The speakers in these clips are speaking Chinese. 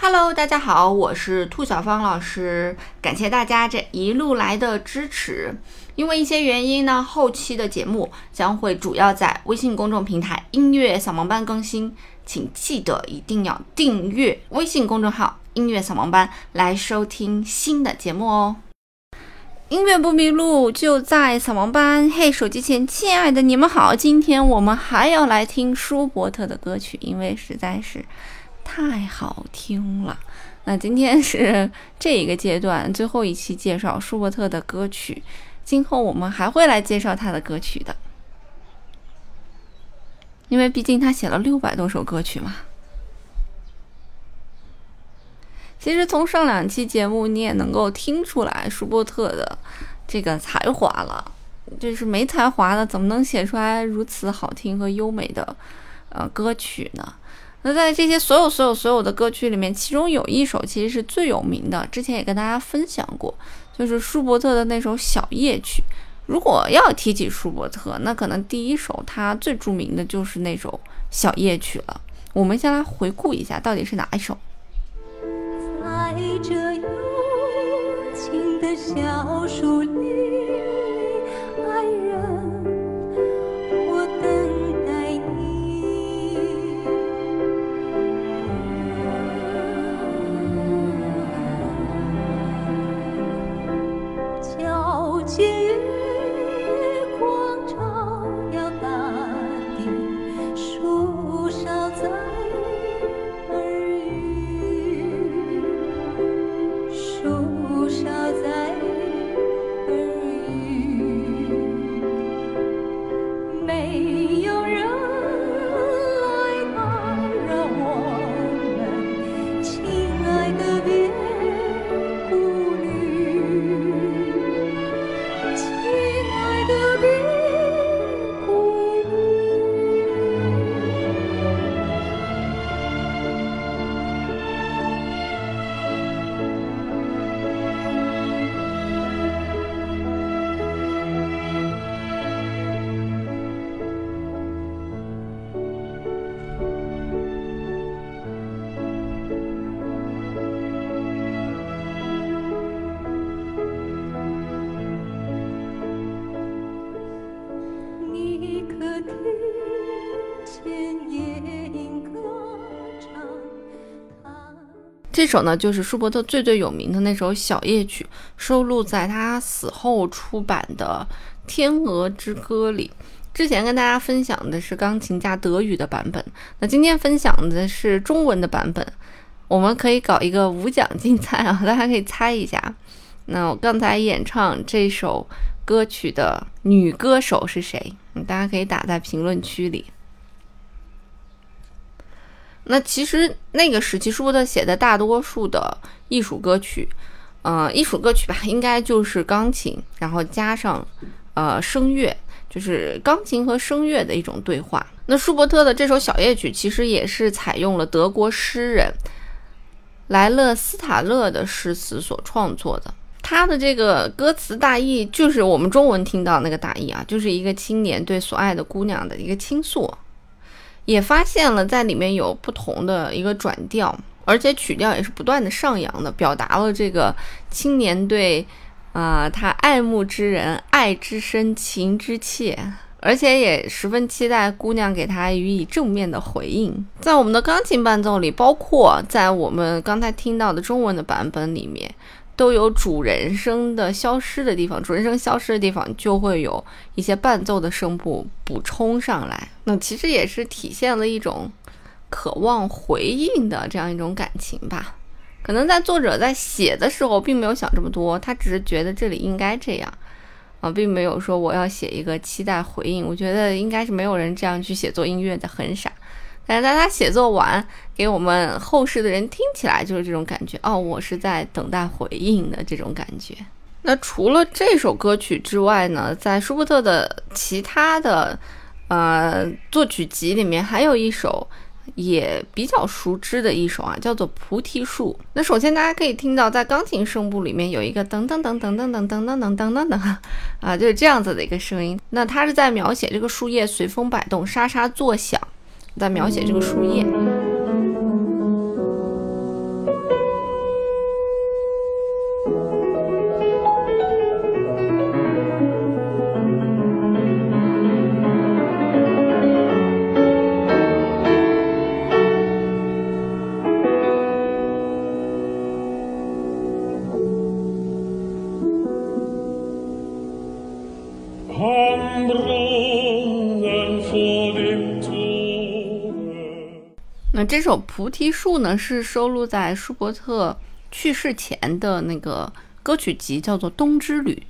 Hello， 大家好，我是兔小芳老师，感谢大家这一路来的支持。因为一些原因呢，后期的节目将会主要在微信公众平台音乐扫盲班更新，请记得一定要订阅微信公众号音乐扫盲班来收听新的节目哦。音乐不迷路，就在扫盲班。嘿，手机前亲爱的你们好，今天我们还要来听舒伯特的歌曲，因为实在是太好听了。那今天是这一个阶段最后一期介绍舒伯特的歌曲，今后我们还会来介绍他的歌曲的，因为毕竟他写了600多首歌曲嘛。其实从上2期节目你也能够听出来舒伯特的这个才华了，就是没才华的怎么能写出来如此好听和优美的歌曲呢？那在这些所有的歌曲里面，其中有一首其实是最有名的，之前也跟大家分享过，就是舒伯特的那首小夜曲。如果要提起舒伯特，那可能第一首他最著名的就是那首小夜曲了。我们先来回顾一下到底是哪一首。 在这幽静的小树林，爱人，我等待你。皎洁月光照耀大地，树梢在这首呢就是舒伯特最有名的那首小夜曲，收录在他死后出版的《天鹅之歌》里。之前跟大家分享的是钢琴加德语的版本，那今天分享的是中文的版本。我们可以搞一个5奖竞猜啊，大家可以猜一下。那我刚才演唱这首歌曲的女歌手是谁？大家可以打在评论区里。那其实那个时期舒伯特写的大多数的艺术歌曲吧，应该就是钢琴，然后加上声乐，就是钢琴和声乐的一种对话。那舒伯特的这首小夜曲其实也是采用了德国诗人莱勒斯塔勒的诗词所创作的。他的这个歌词大意就是我们中文听到那个大意啊，就是一个青年对所爱的姑娘的一个倾诉，也发现了在里面有不同的一个转调，而且曲调也是不断的上扬的，表达了这个青年对他爱慕之人爱之深情之切，而且也十分期待姑娘给他予以正面的回应。在我们的钢琴伴奏里，包括在我们刚才听到的中文的版本里面，都有主人声的消失的地方，主人声消失的地方就会有一些伴奏的声部补充上来，那其实也是体现了一种渴望回应的这样一种感情吧。可能在作者在写的时候并没有想这么多，他只是觉得这里应该这样并没有说我要写一个期待回应。我觉得应该是没有人这样去写作音乐的，很傻。但是在他写作完给我们后世的人听起来就是这种感觉，我是在等待回应的这种感觉。那除了这首歌曲之外呢，在舒伯特的其他的作曲集里面还有一首也比较熟知的一首叫做菩提树。那首先大家可以听到在钢琴声部里面有一个噔噔噔噔噔噔噔噔噔噔噔噔就是这样子的一个声音。那它是在描写这个树叶随风摆动沙沙作响，在描写这个树叶。 那这首《菩提树》呢，是收录在舒伯特去世前的那个歌曲集，叫做《冬之旅》。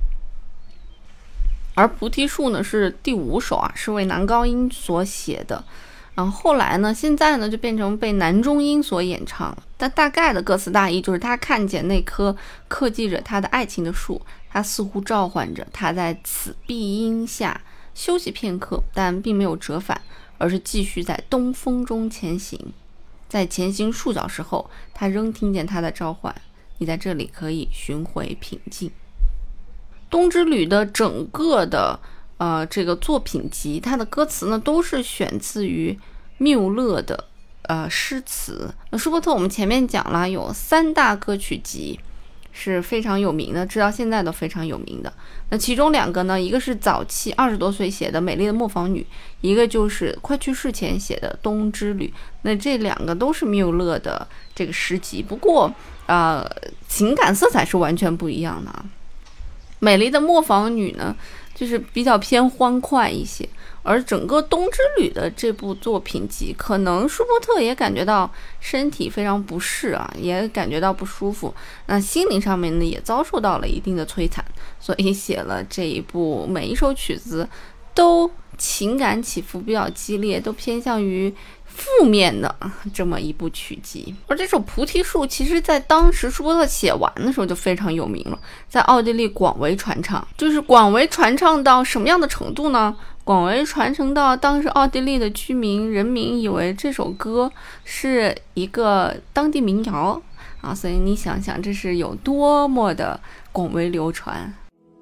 而《菩提树》呢是第5首啊，是为男高音所写的。然后后来呢，现在呢就变成被男中音所演唱了。但大概的歌词大意就是，他看见那棵刻记着他的爱情的树，他似乎召唤着他在此碧荫下休息片刻，但并没有折返，而是继续在东风中前行。在前行数小时后，他仍听见他的召唤，你在这里可以寻回平静。冬之旅的整个的这个作品集，它的歌词呢都是选自于缪勒的诗词。那舒伯特我们前面讲了，有3大歌曲集是非常有名的，直到现在都非常有名的。那其中2个呢，一个是早期20多岁写的《美丽的磨坊女》，一个就是快去世前写的《冬之旅》。那这2个都是缪勒的这个诗集，不过情感色彩是完全不一样的啊。美丽的磨坊女呢，就是比较偏欢快一些，而整个冬之旅的这部作品集，可能舒伯特也感觉到身体非常不适啊，也感觉到不舒服，那心灵上面呢也遭受到了一定的摧残，所以写了这一部，每一首曲子都情感起伏比较激烈，都偏向于负面的这么一部曲集。而这首《菩提树》其实在当时舒伯特写完的时候就非常有名了，在奥地利广为传唱。就是广为传唱到什么样的程度呢？广为传承到当时奥地利的居民人民以为这首歌是一个当地民谣啊，所以你想想这是有多么的广为流传。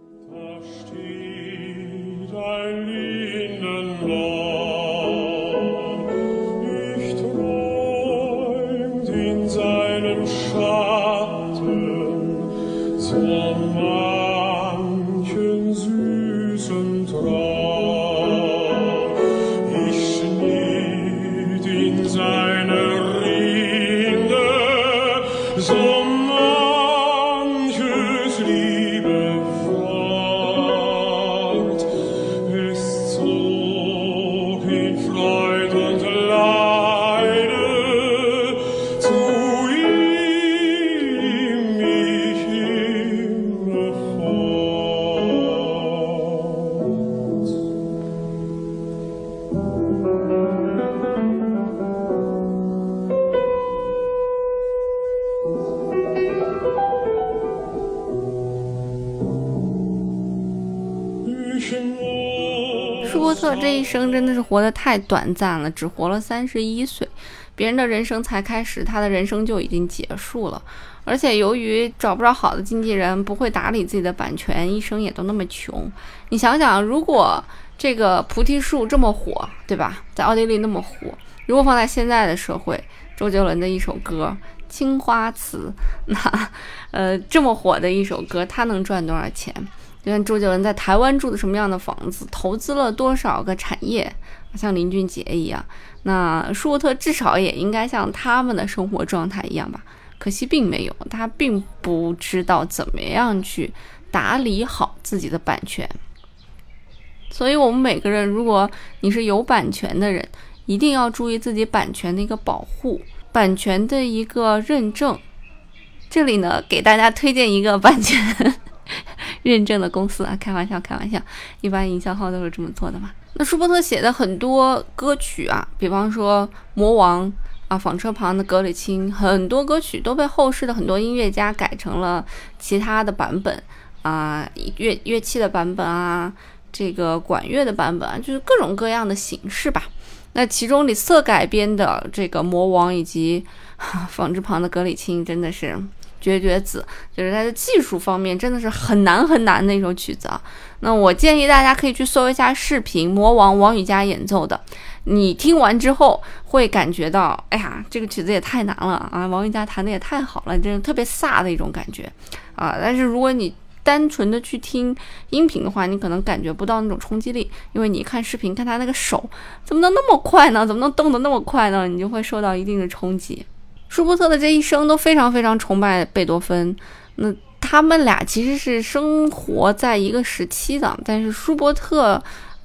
舒伯特这一生真的是活得太短暂了，只活了31岁，别人的人生才开始，他的人生就已经结束了。而且由于找不着好的经纪人，不会打理自己的版权，一生也都那么穷。你想想，如果这个菩提树这么火，对吧，在奥地利那么火，如果放在现在的社会，周杰伦的一首歌《青花瓷》，那这么火的一首歌，他能赚多少钱？就像周杰伦在台湾住的什么样的房子，投资了多少个产业，像林俊杰一样，那舒伯特至少也应该像他们的生活状态一样吧。可惜并没有，他并不知道怎么样去打理好自己的版权。所以我们每个人，如果你是有版权的人，一定要注意自己版权的一个保护，版权的一个认证。这里呢，给大家推荐一个版权认证的公司啊，开玩笑，一般营销号都是这么做的嘛。那舒伯特写的很多歌曲啊，比方说《魔王》啊，纺车旁的格里青，很多歌曲都被后世的很多音乐家改成了其他的版本啊，乐器的版本啊，这个管乐的版本啊，就是各种各样的形式吧。那其中李瑟改编的这个《魔王》以及纺织旁的格里青真的是绝子，就是它的技术方面真的是很难的一首曲子啊。那我建议大家可以去搜一下视频，《魔王》王羽佳演奏的，你听完之后会感觉到，哎呀，这个曲子也太难了啊！王羽佳弹的也太好了，真是特别飒的一种感觉啊。但是如果你单纯的去听音频的话，你可能感觉不到那种冲击力，因为你看视频，看他那个手怎么能那么快呢？怎么能动得那么快呢？你就会受到一定的冲击。舒伯特的这一生都非常崇拜贝多芬，那他们俩其实是生活在一个时期的，但是舒伯特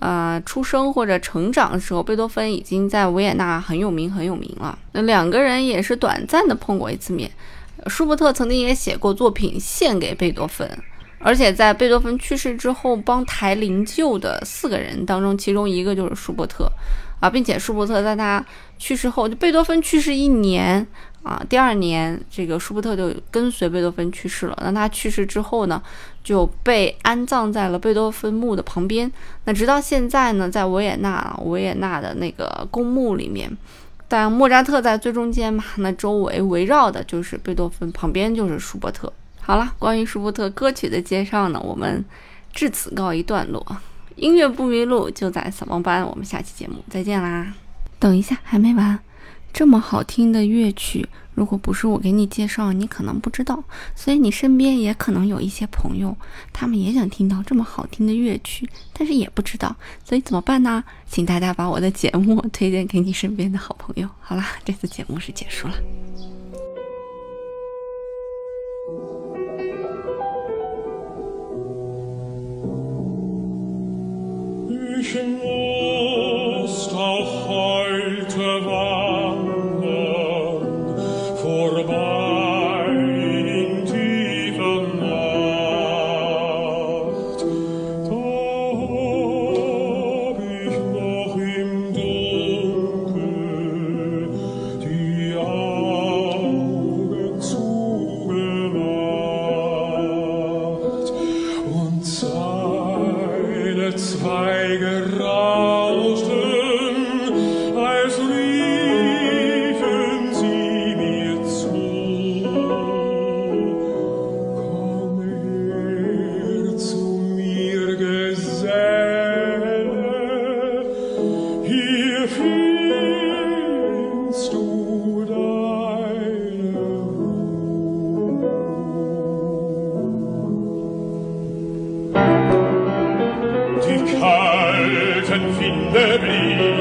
出生或者成长的时候，贝多芬已经在维也纳很有名了。那两个人也是短暂的碰过一次面。舒伯特曾经也写过作品献给贝多芬，而且在贝多芬去世之后帮抬灵柩的4个人当中，其中一个就是舒伯特并且舒伯特在他去世后，就贝多芬去世1年第2年这个舒伯特就跟随贝多芬去世了。那他去世之后呢，就被安葬在了贝多芬墓的旁边。那直到现在呢，在维也纳的那个公墓里面，但莫扎特在最中间嘛，那周围围绕的就是贝多芬，旁边就是舒伯特。好了，关于舒伯特歌曲的介绍呢，我们至此告一段落。音乐不迷路，就在扫盲班。我们下期节目再见啦！等一下，还没完。这么好听的乐曲，如果不是我给你介绍，你可能不知道。所以你身边也可能有一些朋友，他们也想听到这么好听的乐曲，但是也不知道。所以怎么办呢？请大家把我的节目推荐给你身边的好朋友。好啦，这次节目是结束了。 Ich muss auch heute wandern, vorbei in tiefer Nacht. Da hab ich noch im Dunkel die Augen zugemacht und seine Zweige rauschten, als riefen sie mir zu. Komm her zu mir, Geselle, hier findest du deine Ruhe. Die kalten Winde blieben